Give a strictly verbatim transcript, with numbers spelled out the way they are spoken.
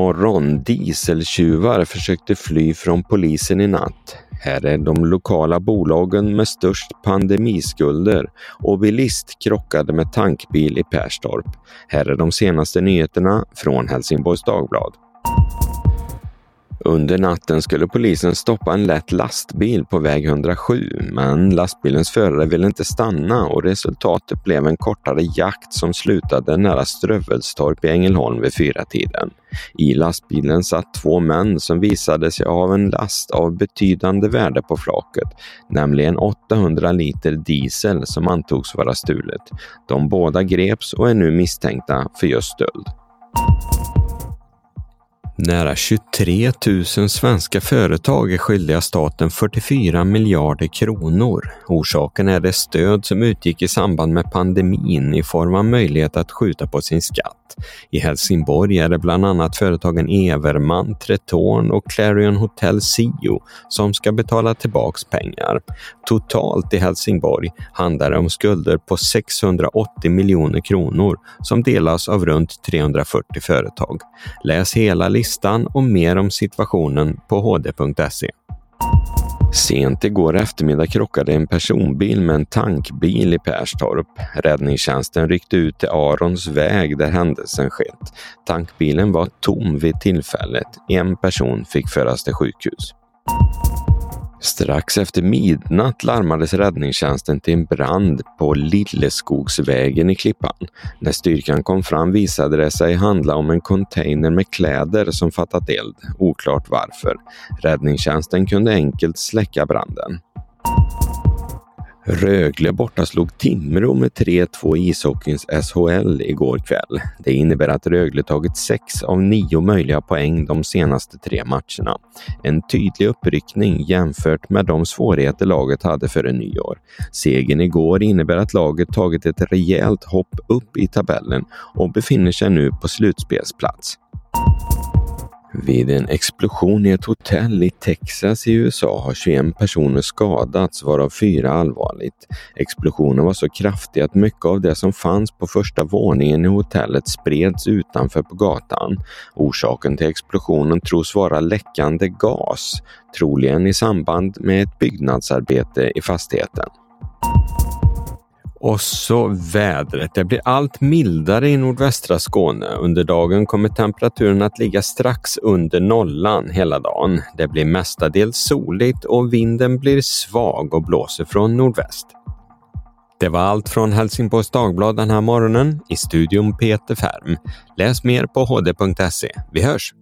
morgon. Dieseltjuvar försökte fly från polisen i natt. Här är de lokala bolagen med störst pandemiskulder och bilist krockade med tankbil i Perstorp. Här är de senaste nyheterna från Helsingborgs Dagblad. Under natten skulle polisen stoppa en lätt lastbil på väg hundrasju, men lastbilens förare ville inte stanna och resultatet blev en kortare jakt som slutade nära Strövelstorp i Ängelholm vid fyra tiden. I lastbilen satt två män som visade sig av en last av betydande värde på flaket, nämligen åttahundra liter diesel som antogs vara stulet. De båda greps och är nu misstänkta för just stöld. Nära tjugotre tusen svenska företag är skyldiga staten fyrtiofyra miljarder kronor. Orsaken är det stöd som utgick i samband med pandemin i form av möjlighet att skjuta på sin skatt. I Helsingborg är det bland annat företagen Everman, Tretorn och Clarion Hotel Sio som ska betala tillbaks pengar. Totalt i Helsingborg handlar det om skulder på sexhundraåttio miljoner kronor som delas av runt trehundrafyrtio företag. Läs hela listan och mer om situationen på h d punkt se. Sent igår eftermiddag krockade en personbil med en tankbil i Perstorp. Räddningstjänsten ryckte ut till Arons väg där händelsen skett. Tankbilen var tom vid tillfället. En person fick föras till sjukhus. Strax efter midnatt larmades räddningstjänsten till en brand på Lilleskogsvägen i Klippan. När styrkan kom fram visade det sig handla om en container med kläder som fattat eld. Oklart varför. Räddningstjänsten kunde enkelt släcka branden. Rögle borta slog Timrå med tre två i ishockeyns S H L igår kväll. Det innebär att Rögle tagit sex av nio möjliga poäng de senaste tre matcherna. En tydlig uppryckning jämfört med de svårigheter laget hade före nyår. Segern igår innebär att laget tagit ett rejält hopp upp i tabellen och befinner sig nu på slutspelsplats. Vid en explosion i ett hotell i Texas i U S A har tjugoen personer skadats, varav fyra allvarligt. Explosionen var så kraftig att mycket av det som fanns på första våningen i hotellet spreds utanför på gatan. Orsaken till explosionen tros vara läckande gas, troligen i samband med ett byggnadsarbete i fastigheten. Och så vädret. Det blir allt mildare i nordvästra Skåne. Under dagen kommer temperaturen att ligga strax under nollan hela dagen. Det blir mestadels soligt och vinden blir svag och blåser från nordväst. Det var allt från Helsingborgs Dagblad den här morgonen. I studion Peter Färm. Läs mer på h d punkt se. Vi hörs!